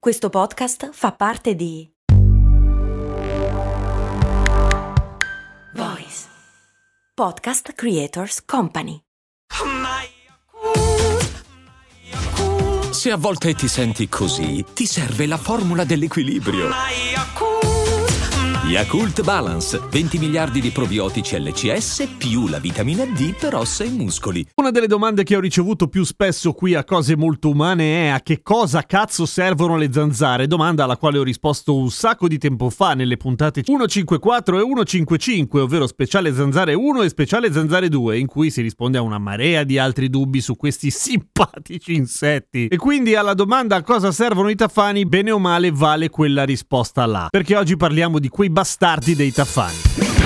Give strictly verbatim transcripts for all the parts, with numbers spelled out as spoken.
Questo podcast fa parte di Voice Podcast Creators Company. Se a volte ti senti così, ti serve la formula dell'equilibrio. Yakult Balance, venti miliardi di probiotici L C S più la vitamina D per ossa e muscoli. Una delle domande che ho ricevuto più spesso qui a Cose Molto Umane è: a che cosa cazzo servono le zanzare? Domanda alla quale ho risposto un sacco di tempo fa nelle puntate centocinquantaquattro e centocinquantacinque, ovvero Speciale Zanzare uno e Speciale Zanzare due, in cui si risponde a una marea di altri dubbi su questi simpatici insetti. E quindi alla domanda a cosa servono i tafani, bene o male vale quella risposta là, perché oggi parliamo di quei bastardi dei tafani.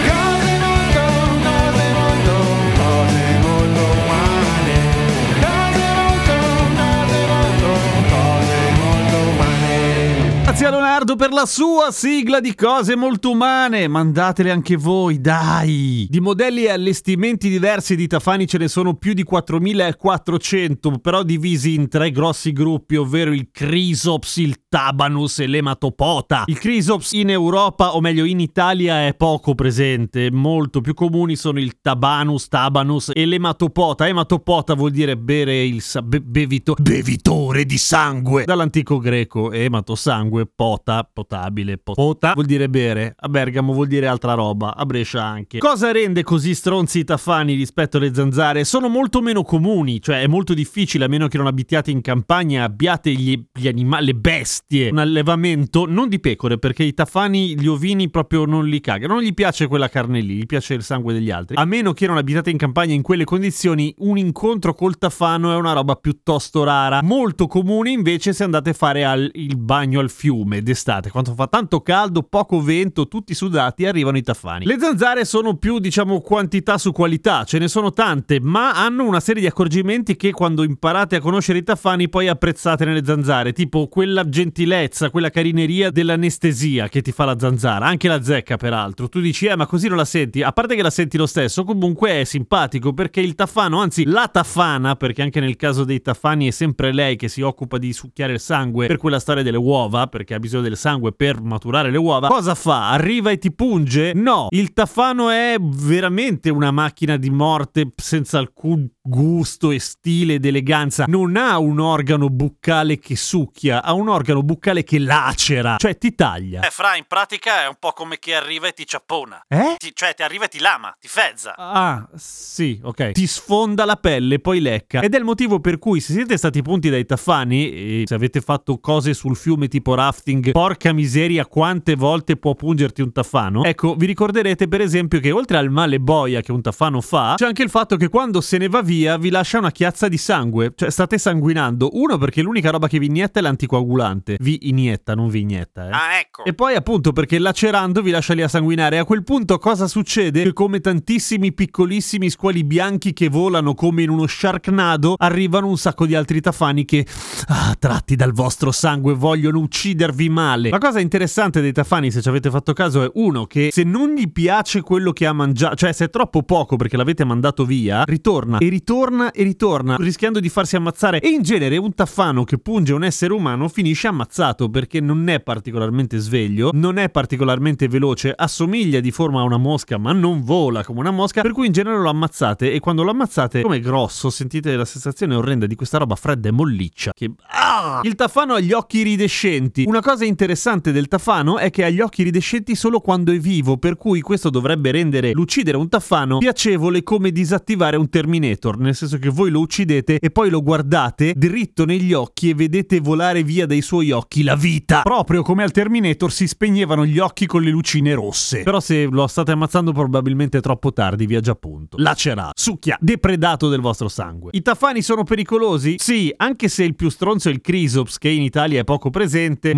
Grazie a Leonardo per la sua sigla di Cose Molto Umane. Mandatele anche voi, dai! Di modelli e allestimenti diversi di tafani ce ne sono più di quattromilaquattrocento, però divisi in tre grossi gruppi, ovvero il Chrysops, il Tabanus e l'Ematopota. Il Chrysops in Europa, o meglio in Italia, è poco presente. Molto più comuni sono il Tabanus, Tabanus e l'Ematopota. Ematopota vuol dire bere il sa- be- bevito- bevitore di sangue, dall'antico greco, ematosangue, pota, potabile, pota vuol dire bere, a Bergamo vuol dire altra roba, a Brescia anche. Cosa rende così stronzi i tafani rispetto alle zanzare? Sono molto meno comuni, cioè è molto difficile, a meno che non abitiate in campagna, abbiate gli, gli animali, le bestie, un allevamento, non di pecore, perché i tafani, gli ovini proprio non li cagano, non gli piace quella carne lì, gli piace il sangue degli altri. A meno che non abitate in campagna in quelle condizioni, un incontro col tafano è una roba piuttosto rara. Molto comune invece se andate a fare al, il bagno al fiume d'estate, quando fa tanto caldo, poco vento, tutti sudati, arrivano i tafani. Le zanzare sono più, diciamo, quantità su qualità, ce ne sono tante, ma hanno una serie di accorgimenti che quando imparate a conoscere i tafani poi apprezzate nelle zanzare, tipo quella gentilezza, quella carineria dell'anestesia che ti fa la zanzara, anche la zecca peraltro. Tu dici, eh ma così non la senti? A parte che la senti lo stesso, comunque è simpatico, perché il tafano, anzi la tafana, perché anche nel caso dei tafani è sempre lei che si occupa di succhiare il sangue per quella storia delle uova, perché ha bisogno del sangue per maturare le uova. Cosa fa? Arriva e ti punge? No, il tafano è veramente una macchina di morte senza alcun gusto e stile ed eleganza. Non ha un organo buccale che succhia, ha un organo buccale che lacera, cioè ti taglia. Eh, fra, in pratica è un po' come che arriva e ti ciappona. Eh? Ti, cioè, ti arriva e ti lama, ti fezza. Ah, sì, ok. Ti sfonda la pelle, poi lecca. Ed è il motivo per cui, se siete stati punti dai tafani e se avete fatto cose sul fiume tipo rafting, porca miseria quante volte può pungerti un tafano. Ecco, vi ricorderete per esempio che oltre al male boia che un tafano fa, c'è anche il fatto che quando se ne va via vi lascia una chiazza di sangue. Cioè state sanguinando. Uno, perché l'unica roba che vi inietta è l'anticoagulante. Vi inietta, non vi inietta, eh. Ah, ecco. E poi appunto perché lacerando vi lascia lì a sanguinare. A quel punto cosa succede? Che come tantissimi piccolissimi squali bianchi che volano come in uno sharknado, arrivano un sacco di altri tafani che, ah, tratti dal vostro sangue, vogliono uccidervi male. La cosa interessante dei tafani, se ci avete fatto caso, è uno che se non gli piace quello che ha mangiato, cioè se è troppo poco perché l'avete mandato via, ritorna e ritorna e ritorna, rischiando di farsi ammazzare. E in genere un tafano che punge un essere umano finisce ammazzato, perché non è particolarmente sveglio, non è particolarmente veloce, assomiglia di forma a una mosca ma non vola come una mosca, per cui in genere lo ammazzate. E quando lo ammazzate, come è grosso, sentite la sensazione orrenda di questa roba fredda e molliccia che... Ah! Il tafano ha gli occhi iridescenti. Una cosa interessante del tafano è che ha gli occhi iridescenti solo quando è vivo, per cui questo dovrebbe rendere l'uccidere un tafano piacevole come disattivare un Terminator, nel senso che voi lo uccidete e poi lo guardate dritto negli occhi e vedete volare via dai suoi occhi la vita, proprio come al Terminator si spegnevano gli occhi con le lucine rosse. Però se lo state ammazzando probabilmente è troppo tardi, vi ha già punto, lacerato, succhia, depredato del vostro sangue. I tafani sono pericolosi? Sì, anche se il più stronzo è il Chrysops, che in Italia è poco presente, ma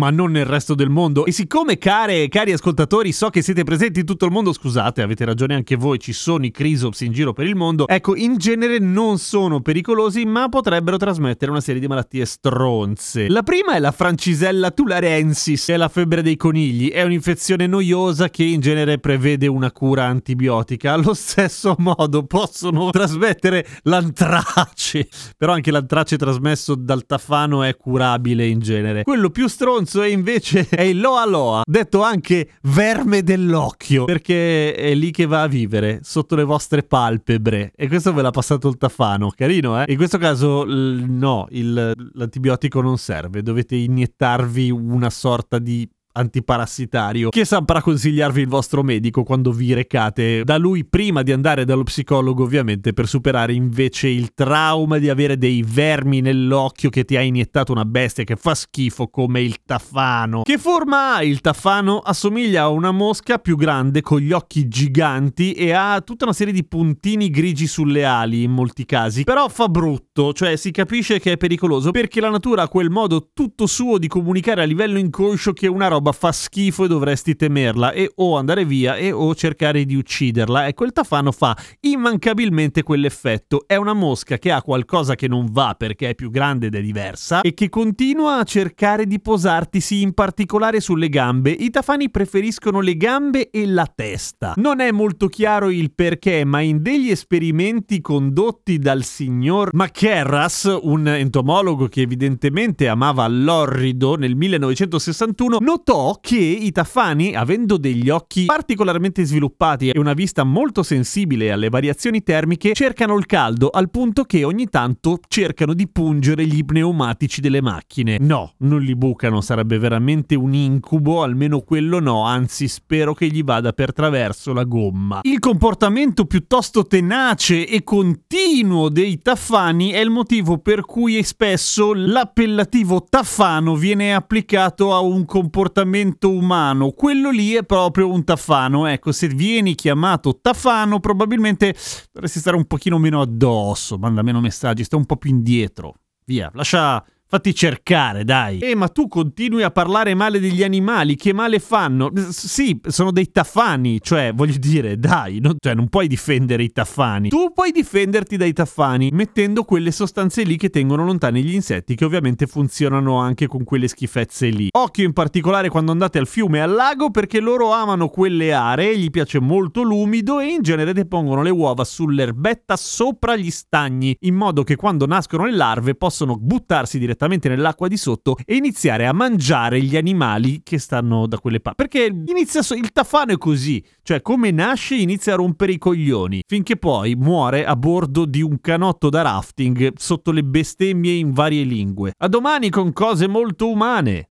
ma non nel resto del mondo. E siccome, care e cari ascoltatori, so che siete presenti in tutto il mondo, scusate, avete ragione anche voi, ci sono i crisops in giro per il mondo, ecco, in genere non sono pericolosi, ma potrebbero trasmettere una serie di malattie stronze. La prima è la Francisella tularensis, è la febbre dei conigli, è un'infezione noiosa che in genere prevede una cura antibiotica. Allo stesso modo possono trasmettere l'antrace, però anche l'antrace trasmesso dal tafano è curabile in genere. Quello più stronzo è invece è il Loa Loa, detto anche verme dell'occhio, perché è lì che va a vivere, sotto le vostre palpebre, e questo ve l'ha passato il tafano. Carino, eh? In questo caso l- no, il, l'antibiotico non serve, dovete iniettarvi una sorta di antiparassitario che saprà consigliarvi il vostro medico quando vi recate da lui prima di andare dallo psicologo, ovviamente, per superare invece il trauma di avere dei vermi nell'occhio che ti ha iniettato una bestia che fa schifo come il tafano. Che forma ha il tafano? Assomiglia a una mosca più grande con gli occhi giganti e ha tutta una serie di puntini grigi sulle ali in molti casi, però fa brutto, cioè si capisce che è pericoloso perché la natura ha quel modo tutto suo di comunicare a livello inconscio che una roba fa schifo e dovresti temerla e o andare via e o cercare di ucciderla. Ecco, il tafano fa immancabilmente quell'effetto. È una mosca che ha qualcosa che non va perché è più grande ed è diversa e che continua a cercare di posartisi, in particolare sulle gambe. I tafani preferiscono le gambe e la testa. Non è molto chiaro il perché, ma in degli esperimenti condotti dal signor McCarras, un entomologo che evidentemente amava l'orrido, nel millenovecentosessantuno notò che i tafani, avendo degli occhi particolarmente sviluppati e una vista molto sensibile alle variazioni termiche, cercano il caldo al punto che ogni tanto cercano di pungere gli pneumatici delle macchine. No, non li bucano, sarebbe veramente un incubo, almeno quello no, anzi spero che gli vada per traverso la gomma. Il comportamento piuttosto tenace e continuo dei tafani è il motivo per cui spesso l'appellativo tafano viene applicato a un comportamento umano. Quello lì è proprio un tafano. Ecco, se vieni chiamato tafano probabilmente dovresti stare un pochino meno addosso, manda meno messaggi, stai un po' più indietro, via, lascia... fatti cercare, dai. Eh, ma tu continui a parlare male degli animali, che male fanno? S- sì, sono dei tafani, cioè, voglio dire, dai, non, cioè, non puoi difendere i tafani. Tu puoi difenderti dai tafani mettendo quelle sostanze lì che tengono lontani gli insetti, che ovviamente funzionano anche con quelle schifezze lì. Occhio in particolare quando andate al fiume e al lago, perché loro amano quelle aree, gli piace molto l'umido e in genere depongono le uova sull'erbetta sopra gli stagni, in modo che quando nascono le larve possono buttarsi direttamente nell'acqua di sotto e iniziare a mangiare gli animali che stanno da quelle parti. Perché inizia so- il tafano è così, cioè come nasce inizia a rompere i coglioni, finché poi muore a bordo di un canotto da rafting sotto le bestemmie in varie lingue. A domani con cose molto umane.